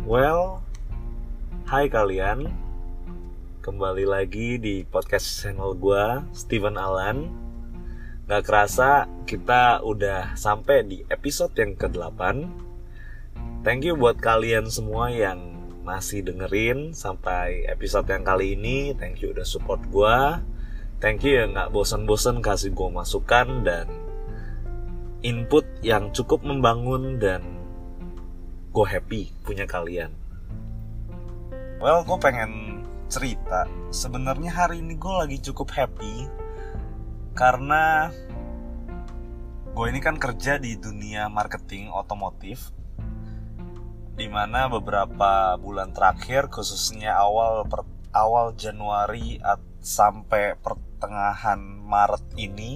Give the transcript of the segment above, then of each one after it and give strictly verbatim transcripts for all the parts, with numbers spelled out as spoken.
Well, hai kalian. Kembali lagi di podcast channel gue, Steven Alan. Gak kerasa kita udah sampai di episode yang kedelapan. Thank you buat kalian semua yang masih dengerin sampai episode yang kali ini. Thank you udah support gue. Thank you yang gak bosan-bosan kasih gue masukan dan input yang cukup membangun, dan gue happy punya kalian. Well, gue pengen cerita. Sebenarnya hari ini gue lagi cukup happy karena gue ini kan kerja di dunia marketing otomotif, dimana beberapa bulan terakhir, khususnya awal per, awal Januari at, sampai pertengahan Maret ini,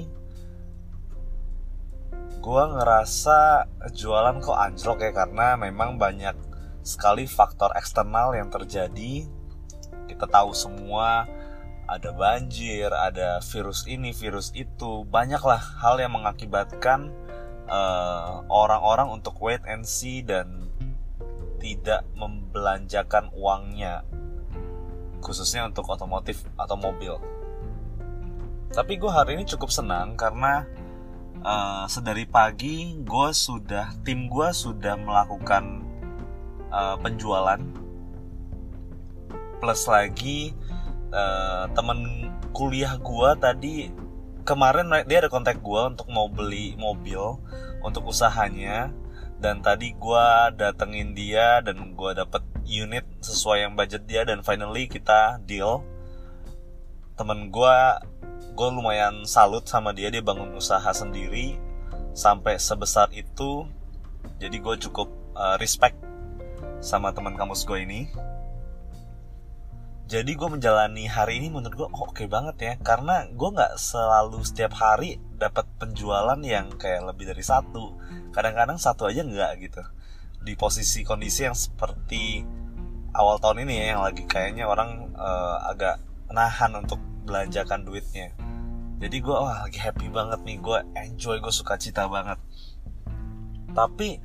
gue ngerasa jualan kok anjlok ya, karena memang banyak sekali faktor eksternal yang terjadi. Kita tahu semua, ada banjir, ada virus ini, virus itu, banyaklah hal yang mengakibatkan uh, orang-orang untuk wait and see dan tidak membelanjakan uangnya, khususnya untuk otomotif atau mobil. Tapi gue hari ini cukup senang karena Uh, sedari pagi gue sudah tim gue sudah melakukan uh, penjualan, plus lagi uh, temen kuliah gue tadi kemarin dia ada kontak gue untuk mau beli mobil untuk usahanya, dan tadi gue datengin dia dan gue dapet unit sesuai yang budget dia, dan finally kita deal. Temen gue gue lumayan salut sama dia, dia bangun usaha sendiri sampai sebesar itu. Jadi gue cukup uh, respect sama teman kampus gue ini. Jadi gue menjalani hari ini menurut gue oh, oke okay banget ya, karena gue gak selalu setiap hari dapat penjualan yang kayak lebih dari satu. Kadang-kadang satu aja enggak gitu, di posisi kondisi yang seperti awal tahun ini ya, yang lagi kayaknya orang uh, agak nahan untuk belanjakan duitnya. Jadi gue wah lagi happy banget nih, gue enjoy, gue suka cita banget. Tapi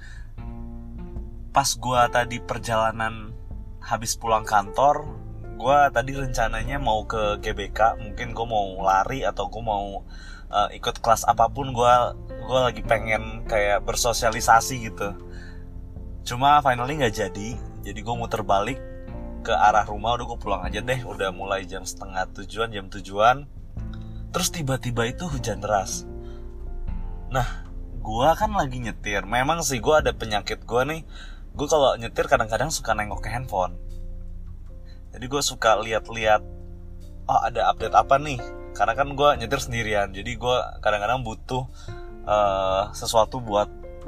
pas gue tadi perjalanan habis pulang kantor, gue tadi rencananya mau ke G B K, mungkin gue mau lari atau gue mau uh, ikut kelas apapun. Gue gue lagi pengen kayak bersosialisasi gitu. Cuma finally nggak jadi. Jadi gue muter balik ke arah rumah, udah gue pulang aja deh. Udah mulai jam setengah tujuan, jam tujuan. Terus tiba-tiba itu hujan deras. Nah, gue kan lagi nyetir. Memang sih gue ada penyakit gue nih. Gue kalau nyetir kadang-kadang suka nengok ke handphone. Jadi gue suka lihat-lihat, oh ada update apa nih. Karena kan gue nyetir sendirian. Jadi gue kadang-kadang butuh uh, sesuatu buat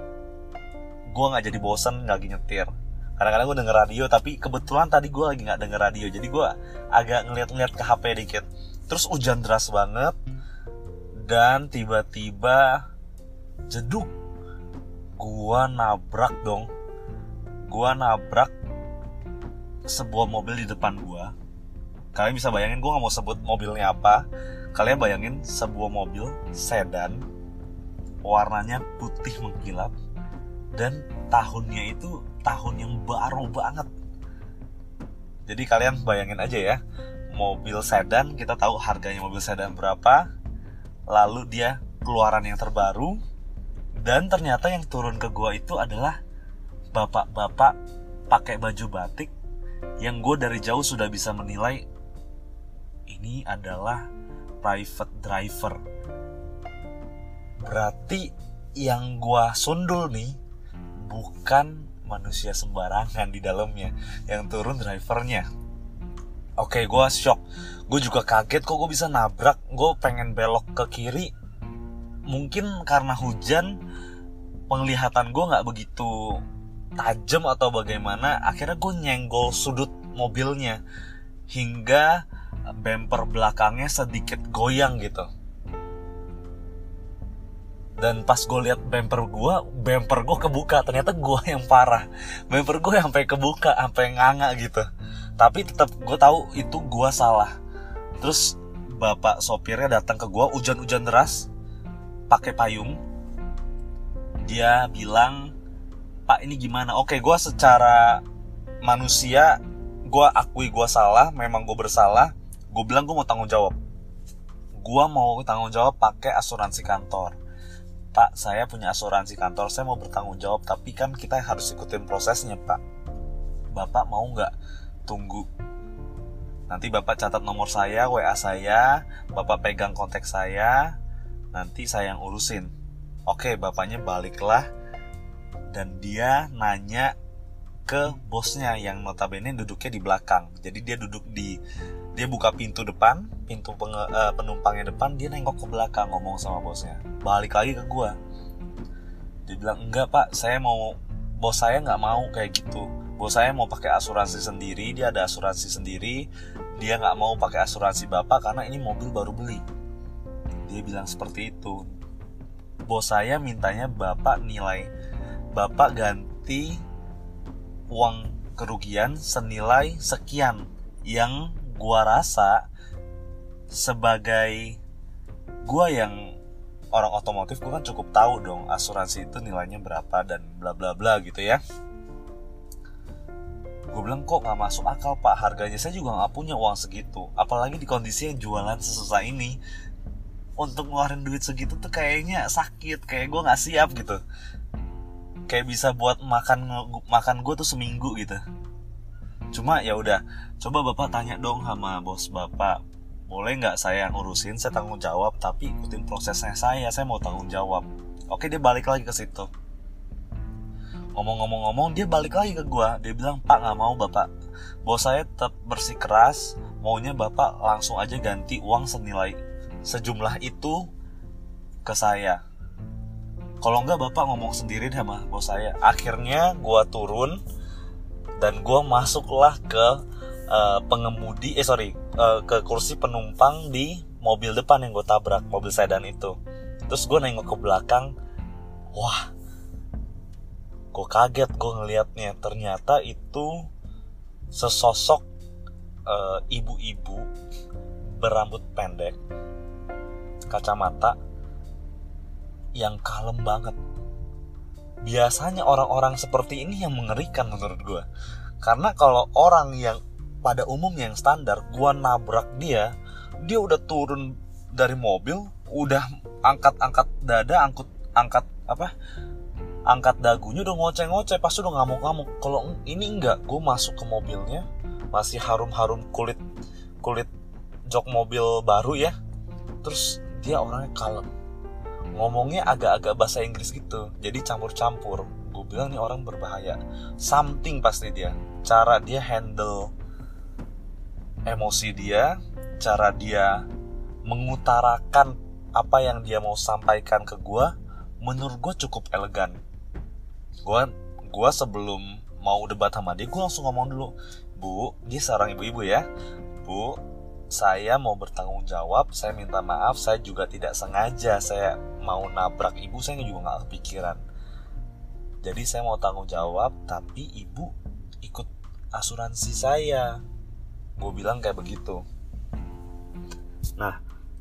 gue gak jadi bosen lagi nyetir. Kadang-kadang gue denger radio, tapi kebetulan tadi gue lagi gak denger radio. Jadi gue agak ngeliat-ngeliat ke H P dikit. Terus hujan deras banget, dan tiba-tiba jeduk, gua nabrak dong. Gua nabrak sebuah mobil di depan gua. Kalian bisa bayangin, gua gak mau sebut mobilnya apa. Kalian bayangin sebuah mobil sedan, warnanya putih mengkilap, dan tahunnya itu tahun yang baru banget. Jadi kalian bayangin aja ya, mobil sedan, kita tahu harganya mobil sedan berapa, lalu dia keluaran yang terbaru, dan ternyata yang turun ke gua itu adalah bapak-bapak pakai baju batik yang gue dari jauh sudah bisa menilai ini adalah private driver. Berarti yang gua sundul nih bukan manusia sembarangan di dalamnya, yang turun drivernya. Oke, gue shock. Gue juga kaget kok gue bisa nabrak. Gue pengen belok ke kiri. Mungkin karena hujan, penglihatan gue gak begitu tajam atau bagaimana. Akhirnya gue nyenggol sudut mobilnya, hingga bumper belakangnya sedikit goyang gitu. Dan pas gue lihat bumper gue, bumper gue kebuka. Ternyata gue yang parah. Bumper gue sampai kebuka, sampai nganga gitu. Tapi tetap gue tahu itu gue salah. Terus bapak sopirnya datang ke gue, hujan-hujan deras, pakai payung. Dia bilang, "Pak, ini gimana?" Oke, gue secara manusia, gue akui gue salah, memang gue bersalah. Gue bilang gue mau tanggung jawab. Gue mau tanggung jawab pakai asuransi kantor. Pak, saya punya asuransi kantor, saya mau bertanggung jawab, tapi kan kita harus ikutin prosesnya, Pak. Bapak mau nggak tunggu? Nanti Bapak catat nomor saya, W A saya, Bapak pegang kontak saya, nanti saya yang urusin. Oke, bapaknya baliklah, dan dia nanya ke bosnya yang notabene duduknya di belakang. Jadi dia duduk di, dia buka pintu depan, pintu penge, uh, penumpangnya depan, dia nengok ke belakang ngomong sama bosnya. Balik lagi ke gua. Dia bilang, enggak Pak, saya mau, bos saya nggak mau kayak gitu. Bos saya mau pakai asuransi sendiri, dia ada asuransi sendiri, dia nggak mau pakai asuransi Bapak karena ini mobil baru beli. Dia bilang seperti itu. Bos saya mintanya Bapak nilai, Bapak ganti uang kerugian senilai sekian. Yang gua rasa sebagai gua yang orang otomotif, gua kan cukup tahu dong asuransi itu nilainya berapa dan bla bla bla gitu ya. Gue bilang kok gak masuk akal Pak, harganya saya juga gak punya uang segitu, apalagi di kondisi yang jualan sesusah ini. Untuk ngeluarin duit segitu tuh kayaknya sakit, kayak gue gak siap gitu. Kayak bisa buat makan makan gue tuh seminggu gitu. Cuma ya udah, coba Bapak tanya dong sama bos Bapak, boleh gak saya yang urusin, saya tanggung jawab, tapi ikutin prosesnya saya, saya mau tanggung jawab. Oke, dia balik lagi ke situ. Ngomong-ngomong-ngomong, dia balik lagi ke gua. Dia bilang, Pak gak mau Bapak, bos saya tetap bersikeras, maunya Bapak langsung aja ganti uang senilai sejumlah itu ke saya. Kalau enggak Bapak ngomong sendiri deh sama bos saya. Akhirnya gua turun dan gua masuklah ke uh, pengemudi, eh sorry, uh, ke kursi penumpang di mobil depan yang gua tabrak, mobil sedan itu. Terus gua nengok ke belakang, wah, gue kaget gue ngelihatnya. Ternyata itu sesosok uh, ibu-ibu berambut pendek, kacamata, yang kalem banget. Biasanya orang-orang seperti ini yang mengerikan menurut gue. Karena kalau orang yang pada umum yang standar, gue nabrak dia, dia udah turun dari mobil, udah angkat-angkat dada, angkut angkat apa? angkat dagunya, udah ngoceh-ngoceh, pasti udah ngamuk-ngamuk. Kalau ini enggak, gue masuk ke mobilnya masih harum-harum kulit kulit jok mobil baru ya. Terus dia orangnya kalem, ngomongnya agak-agak bahasa Inggris gitu, jadi campur-campur. Gue bilang nih orang berbahaya, something pasti dia. Cara dia handle emosi dia, cara dia mengutarakan apa yang dia mau sampaikan ke gue, menurut gue cukup elegan. Gue gue sebelum mau debat sama dia, gue langsung ngomong dulu, Bu, dia seorang ibu-ibu ya, Bu, saya mau bertanggung jawab, saya minta maaf, saya juga tidak sengaja, saya mau nabrak ibu, saya juga gak kepikiran. Jadi saya mau tanggung jawab, tapi ibu ikut asuransi saya. Gue bilang kayak begitu. Nah,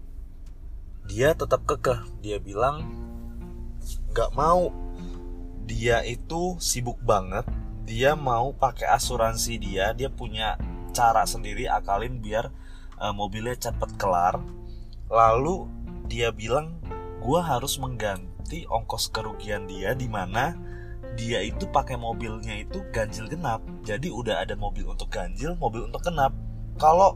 dia tetap kekeh, dia bilang gak mau. Dia itu sibuk banget, dia mau pakai asuransi dia, dia punya cara sendiri akalin biar uh, mobilnya cepet kelar. Lalu dia bilang, gua harus mengganti ongkos kerugian dia, di mana dia itu pakai mobilnya itu ganjil genap. Jadi udah ada mobil untuk ganjil, mobil untuk genap. Kalau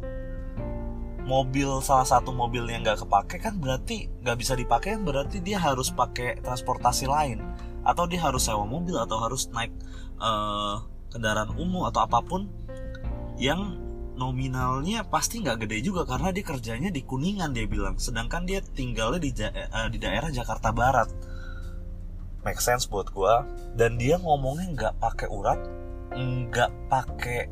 mobil salah satu mobil yang nggak kepake kan berarti nggak bisa dipakai, kan berarti dia harus pakai transportasi lain, atau dia harus sewa mobil, atau harus naik uh, kendaraan umum atau apapun yang nominalnya pasti nggak gede juga karena dia kerjanya di Kuningan, dia bilang, sedangkan dia tinggalnya di, uh, di daerah Jakarta Barat. Make sense buat gue. Dan dia ngomongnya nggak pakai urat, nggak pakai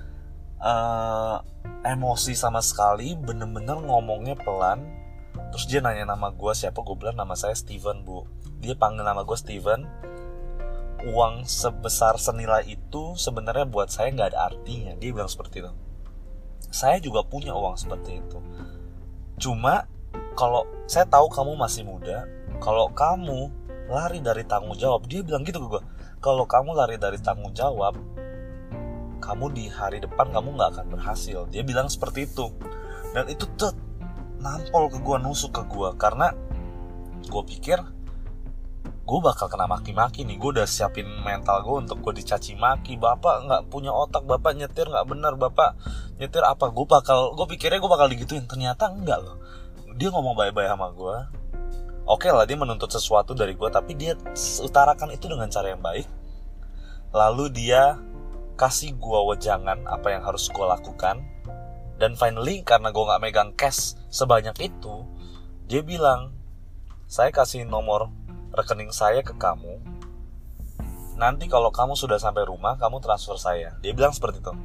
uh, emosi sama sekali, bener-bener ngomongnya pelan. Terus dia nanya nama gue siapa, gue bilang nama saya Steven Bu. Dia panggil nama gue Steven. Uang sebesar senilai itu sebenarnya buat saya nggak ada artinya, dia bilang seperti itu. Saya juga punya uang seperti itu. Cuma kalau saya tahu kamu masih muda, kalau kamu lari dari tanggung jawab, dia bilang gitu ke gue, kalau kamu lari dari tanggung jawab, kamu di hari depan kamu gak akan berhasil. Dia bilang seperti itu. Dan itu tuh nampol ke gue, nusuk ke gue. Karena gue pikir gue bakal kena maki-maki nih. Gue udah siapin mental gue untuk gue dicaci maki. Bapak gak punya otak, bapak nyetir gak benar, bapak nyetir apa. Gue bakal, gue pikirnya gue bakal digituin. Ternyata enggak loh. Dia ngomong baik-baik sama gue. Oke lah, dia menuntut sesuatu dari gue, tapi dia utarakan itu dengan cara yang baik. Lalu dia kasih gue wejangan apa yang harus gue lakukan. Dan finally, karena gue gak megang cash sebanyak itu, dia bilang, saya kasih nomor rekening saya ke kamu. Nanti kalau kamu sudah sampai rumah, kamu transfer saya. Dia bilang seperti itu.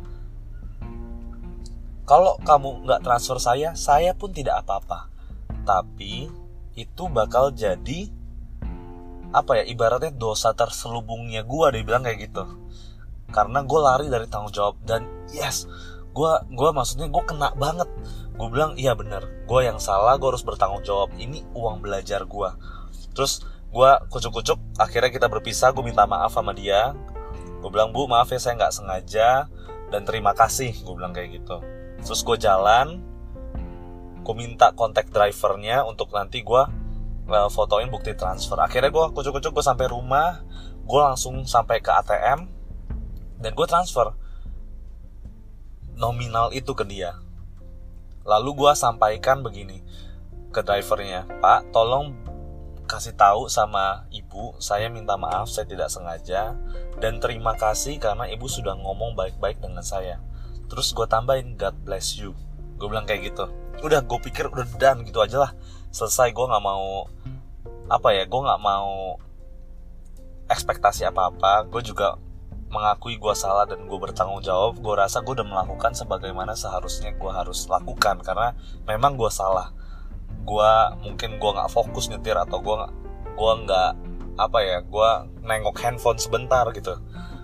Kalau kamu gak transfer saya, saya pun tidak apa-apa. Tapi itu bakal jadi apa ya, ibaratnya dosa terselubungnya gue. Dia bilang kayak gitu. Karena gue lari dari tanggung jawab. Dan yes, gue gue maksudnya gue kena banget. Gue bilang iya bener, gue yang salah, gue harus bertanggung jawab. Ini uang belajar gue. Terus gue kucuk-kucuk, akhirnya kita berpisah. Gue minta maaf sama dia. Gue bilang, bu maaf ya saya gak sengaja, dan terima kasih, gue bilang kayak gitu. Terus gue jalan, gue minta kontak drivernya untuk nanti gue uh, fotoin bukti transfer. Akhirnya gue kucuk-kucuk, gue sampai rumah, gue langsung sampai ke A T M dan gue transfer nominal itu ke dia. Lalu gue sampaikan begini ke drivernya, Pak, tolong kasih tahu sama ibu, saya minta maaf, saya tidak sengaja, dan terima kasih karena ibu sudah ngomong baik-baik dengan saya. Terus gue tambahin, God bless you. Gue bilang kayak gitu. Udah, gue pikir udah done gitu aja lah, selesai. Gue nggak mau apa ya, gue nggak mau ekspektasi apa-apa. Gue juga mengakui gue salah dan gue bertanggung jawab. Gue rasa gue udah melakukan sebagaimana seharusnya gue harus lakukan, karena memang gue salah. Gue mungkin gue nggak fokus nyetir, atau gue nggak gue nggak apa ya, gue nengok handphone sebentar gitu.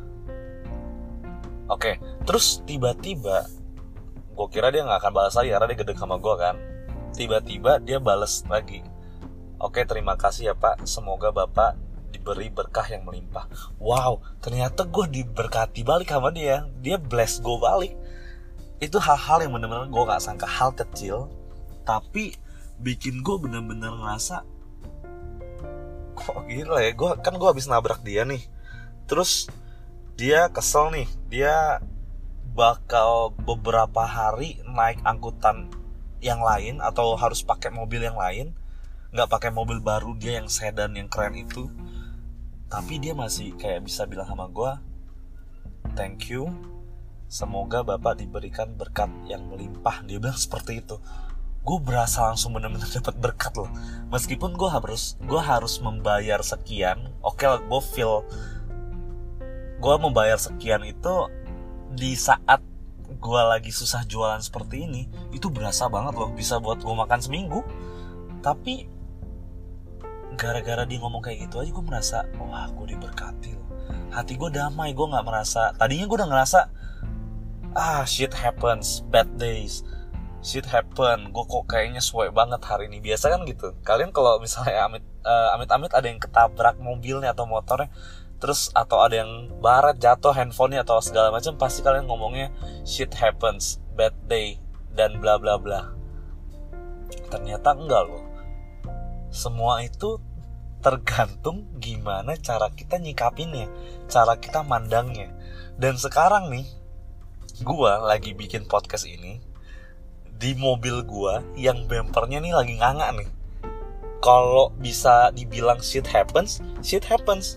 Oke, terus tiba-tiba gue kira dia gak akan balas lagi karena dia gede sama gue kan. Tiba-tiba dia balas lagi, oke terima kasih ya pak, semoga bapak diberi berkah yang melimpah. Wow, ternyata gue diberkati balik sama dia. Dia bless gue balik. Itu hal-hal yang bener-bener gue gak sangka, hal kecil, tapi bikin gue bener-bener ngerasa, kok gila ya, gue kan gue habis nabrak dia nih. Terus dia kesel nih, dia bakal beberapa hari naik angkutan yang lain atau harus pakai mobil yang lain, nggak pakai mobil baru dia yang sedan yang keren itu. Tapi dia masih kayak bisa bilang sama gue, thank you, semoga bapak diberikan berkat yang melimpah. Dia bilang seperti itu. Gue berasa langsung benar-benar dapat berkat loh. Meskipun gue harus gue harus membayar sekian, oke okay lah, gue feel gue membayar sekian itu di saat gue lagi susah jualan seperti ini, itu berasa banget loh, bisa buat gue makan seminggu. Tapi gara-gara dia ngomong kayak gitu aja gue merasa, wah gue diberkati loh. Hati gue damai, gue gak merasa, tadinya gue udah ngerasa, ah shit happens, bad days, shit happen, gue kok kayaknya suwe banget hari ini. Biasa kan gitu, kalian kalau misalnya amit, uh, amit-amit ada yang ketabrak mobilnya atau motornya, terus atau ada yang baret jatuh handphonenya atau segala macam, pasti kalian ngomongnya shit happens, bad day, dan bla bla bla. Ternyata enggak loh. Semua itu tergantung gimana cara kita nyikapinnya, cara kita mandangnya. Dan sekarang nih, gua lagi bikin podcast ini di mobil gua yang bempernya nih lagi nganga nih. Kalau bisa dibilang shit happens, shit happens.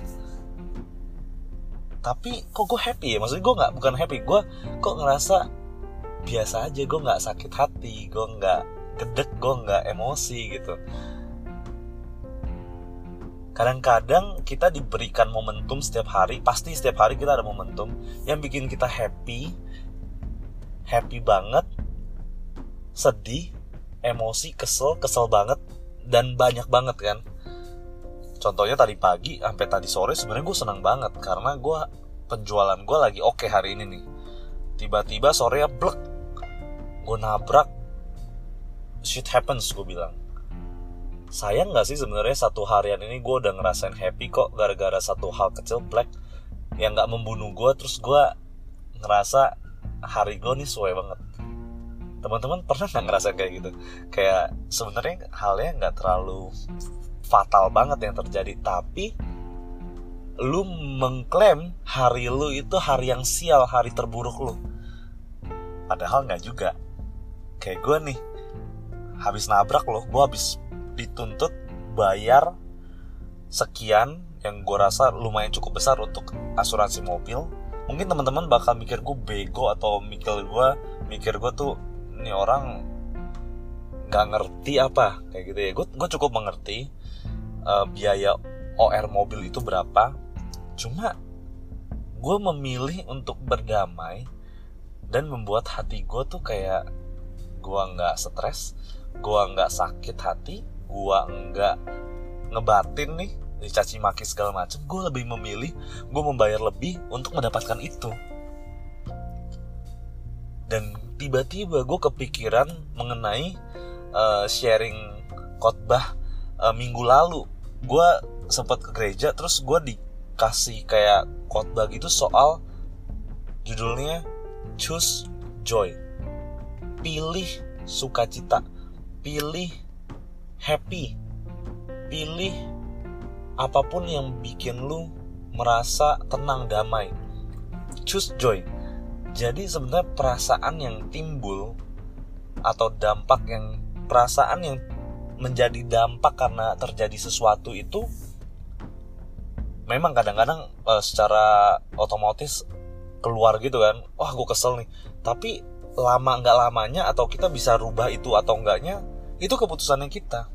Tapi kok gue happy ya, maksudnya gue nggak bukan happy, gue kok ngerasa biasa aja, gue nggak sakit hati, gue nggak gedek, gue nggak emosi gitu. Kadang-kadang kita diberikan momentum setiap hari, pasti setiap hari kita ada momentum yang bikin kita happy, happy banget, sedih, emosi, kesel, kesel banget, dan banyak banget kan. Contohnya tadi pagi sampai tadi sore sebenarnya gue senang banget karena gue penjualan gue lagi oke okay hari ini nih. Tiba-tiba sore ya blek, gue nabrak. Shit happens, gue bilang. Sayang nggak sih sebenarnya satu harian ini gue udah ngerasain happy kok gara-gara satu hal kecil black yang nggak membunuh gue, terus gue ngerasa hari gue nih sesuai banget. Teman-teman pernah nggak ngerasa kayak gitu? Kayak sebenarnya halnya nggak terlalu fatal banget yang terjadi, tapi lu mengklaim hari lu itu hari yang sial, hari terburuk lu. Padahal nggak juga. Kayak gue nih, habis nabrak lo, gue habis dituntut bayar sekian yang gue rasa lumayan cukup besar untuk asuransi mobil. Mungkin teman-teman bakal mikir gue bego atau mikir gue mikir gue tuh ini orang nggak ngerti apa kayak gitu ya. Gue gue cukup mengerti uh, biaya O R mobil itu berapa. Cuma gue memilih untuk berdamai dan membuat hati gue tuh kayak gue nggak stres, gue nggak sakit hati, gue nggak ngebatin nih dicaci maki segala macam. Gue lebih memilih gue membayar lebih untuk mendapatkan itu. Dan tiba-tiba gue kepikiran mengenai uh, sharing khotbah uh, minggu lalu. Gue sempat ke gereja, terus gue dikasih kayak khotbah gitu soal judulnya Choose Joy. Pilih sukacita, pilih happy, pilih apapun yang bikin lu merasa tenang, damai. Choose joy. Jadi sebenarnya perasaan yang timbul atau dampak yang perasaan yang menjadi dampak karena terjadi sesuatu itu memang kadang-kadang uh, secara otomatis keluar gitu kan. Wah, gue kesel nih. Tapi lama nggak lamanya atau kita bisa rubah itu atau enggaknya, itu keputusannya kita.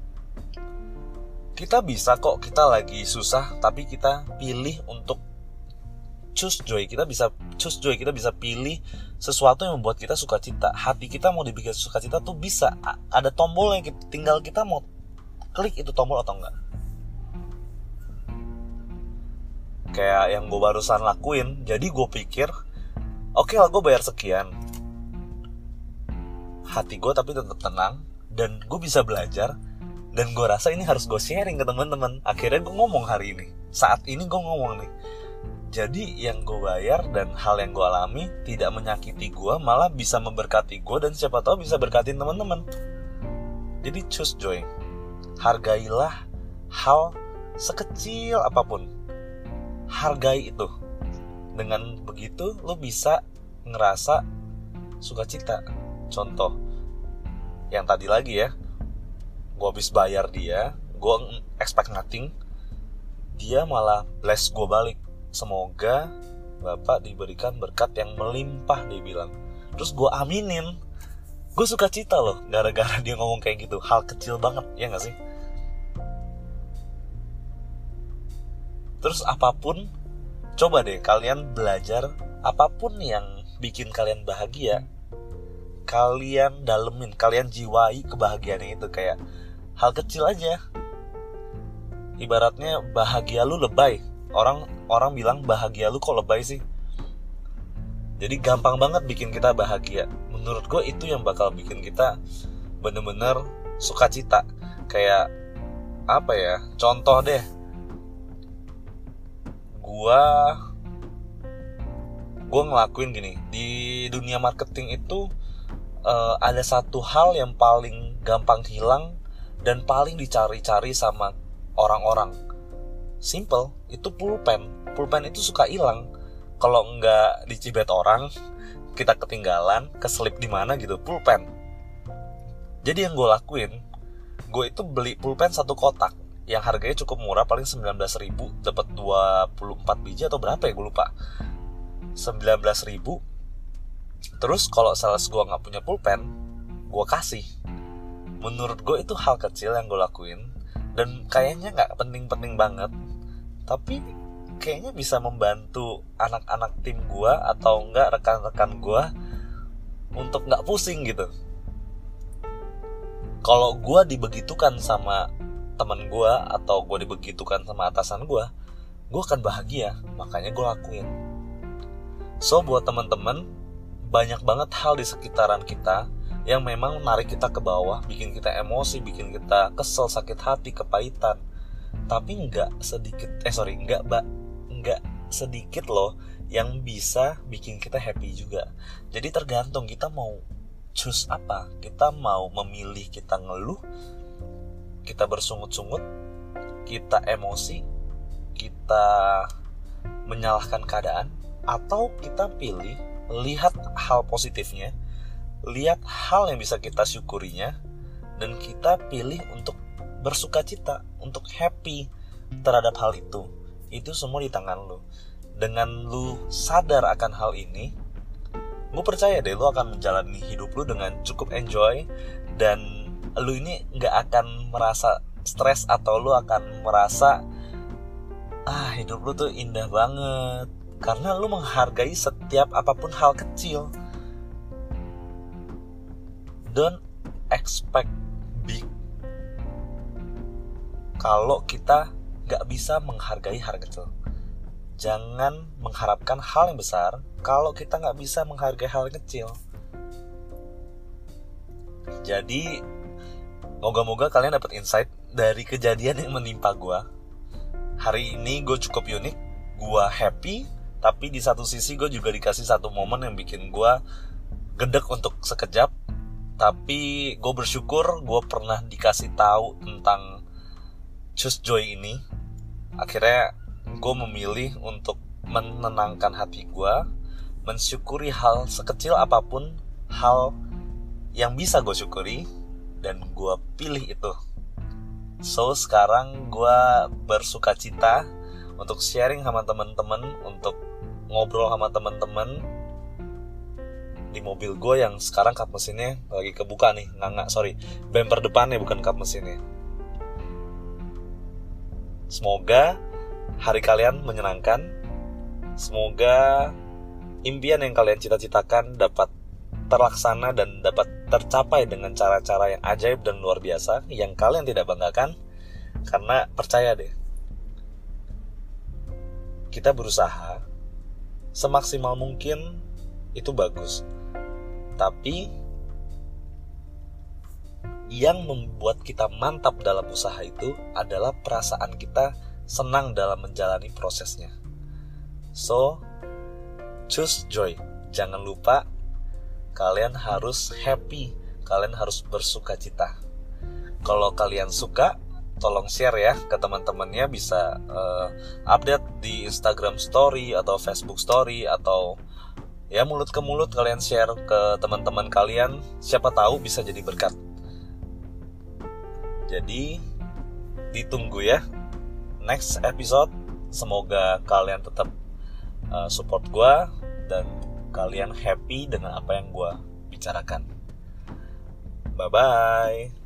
Kita bisa kok, kita lagi susah tapi kita pilih untuk choose joy. Kita bisa choose joy, kita bisa pilih sesuatu yang membuat kita sukacita. Hati kita mau dibikin sukacita tuh bisa. Ada tombol yang tinggal kita mau klik itu tombol atau enggak. Kayak yang gue barusan lakuin. Jadi gue pikir, oke okay lah gue bayar sekian, hati gue tapi tetap tenang dan gue bisa belajar. Dan gue rasa ini harus gue sharing ke teman-teman. Akhirnya gue ngomong hari ini. Saat ini gue ngomong nih. Jadi yang gue bayar dan hal yang gue alami tidak menyakiti gue, malah bisa memberkati gue dan siapa tahu bisa berkatin teman-teman. Jadi choose joy. Hargailah hal sekecil apapun. Hargai itu. Dengan begitu lo bisa ngerasa sukacita. Contoh yang tadi lagi ya, gue habis bayar dia, gue expect nothing, dia malah bless gue balik. Semoga Bapak diberikan berkat yang melimpah, dia bilang. Terus gue aminin. Gue suka cita loh gara-gara dia ngomong kayak gitu. Hal kecil banget, ya gak sih? Terus apapun, coba deh kalian belajar, apapun yang bikin kalian bahagia, kalian dalemin, kalian jiwai kebahagiaannya itu. Kayak hal kecil aja. Ibaratnya bahagia lu lebay. Orang orang bilang bahagia lu kok lebay sih. Jadi gampang banget bikin kita bahagia. Menurut gue itu yang bakal bikin kita bener-bener sukacita. Kayak apa ya? Contoh deh. Gua Gua ngelakuin gini. Di dunia marketing itu uh, ada satu hal yang paling gampang hilang dan paling dicari-cari sama orang-orang. Simple, itu pulpen. Pulpen itu suka hilang. Kalau nggak dicibet orang, kita ketinggalan, keselip di mana gitu, pulpen. Jadi yang gue lakuin, gue itu beli pulpen satu kotak yang harganya cukup murah, paling sembilan belas ribu, dapat dua puluh empat biji atau berapa ya, gue lupa. sembilan belas ribu. Terus kalau sales gue nggak punya pulpen, gue kasih. Menurut gue itu hal kecil yang gue lakuin dan kayaknya nggak penting-penting banget, tapi kayaknya bisa membantu anak-anak tim gue atau enggak rekan-rekan gue untuk nggak pusing gitu. Kalau gue dibegitukan sama teman gue atau gue dibegitukan sama atasan gue, gue akan bahagia, makanya gue lakuin. So buat teman-teman, banyak banget hal di sekitaran kita yang memang menarik kita ke bawah, bikin kita emosi, bikin kita kesel, sakit hati, kepahitan. Tapi nggak sedikit, eh sorry, nggak ba, nggak sedikit loh yang bisa bikin kita happy juga. Jadi tergantung kita mau choose apa. Kita mau memilih kita ngeluh, kita bersungut-sungut, kita emosi, kita menyalahkan keadaan, atau kita pilih lihat hal positifnya, lihat hal yang bisa kita syukurinya, dan kita pilih untuk bersukacita, untuk happy terhadap hal itu. Itu semua di tangan lu. Dengan lu sadar akan hal ini, gue percaya deh lu akan menjalani hidup lu dengan cukup enjoy, dan lu ini gak akan merasa stres atau lu akan merasa ah hidup lu tuh indah banget, karena lu menghargai setiap apapun hal kecil. Don't expect big kalau kita gak bisa menghargai hal kecil. Jangan mengharapkan hal yang besar kalau kita gak bisa menghargai hal yang kecil. Jadi moga-moga kalian dapat insight dari kejadian yang menimpa gue. Hari ini gue cukup unik, gue happy, tapi di satu sisi gue juga dikasih satu momen yang bikin gue gedek untuk sekejap. Tapi gue bersyukur gue pernah dikasih tahu tentang Choose Joy ini. Akhirnya gue memilih untuk menenangkan hati gue, mensyukuri hal sekecil apapun hal yang bisa gue syukuri, dan gue pilih itu. So sekarang gue bersukacita untuk sharing sama teman-teman, untuk ngobrol sama teman-teman di mobil gue yang sekarang kap mesinnya lagi kebuka nih, nggak nggak sorry, bumper depannya bukan kap mesinnya. Semoga hari kalian menyenangkan. Semoga impian yang kalian cita-citakan dapat terlaksana dan dapat tercapai dengan cara-cara yang ajaib dan luar biasa yang kalian tidak banggakan. Karena percaya deh, kita berusaha semaksimal mungkin itu bagus, tapi yang membuat kita mantap dalam usaha itu adalah perasaan kita senang dalam menjalani prosesnya. So, choose joy. Jangan lupa kalian harus happy, kalian harus bersukacita. Kalau kalian suka, tolong share ya ke teman-temannya, bisa uh, update di Instagram story atau Facebook story, atau ya mulut ke mulut kalian share ke teman-teman kalian. Siapa tahu bisa jadi berkat. Jadi ditunggu ya next episode. Semoga kalian tetap uh, support gue dan kalian happy dengan apa yang gue bicarakan. Bye bye.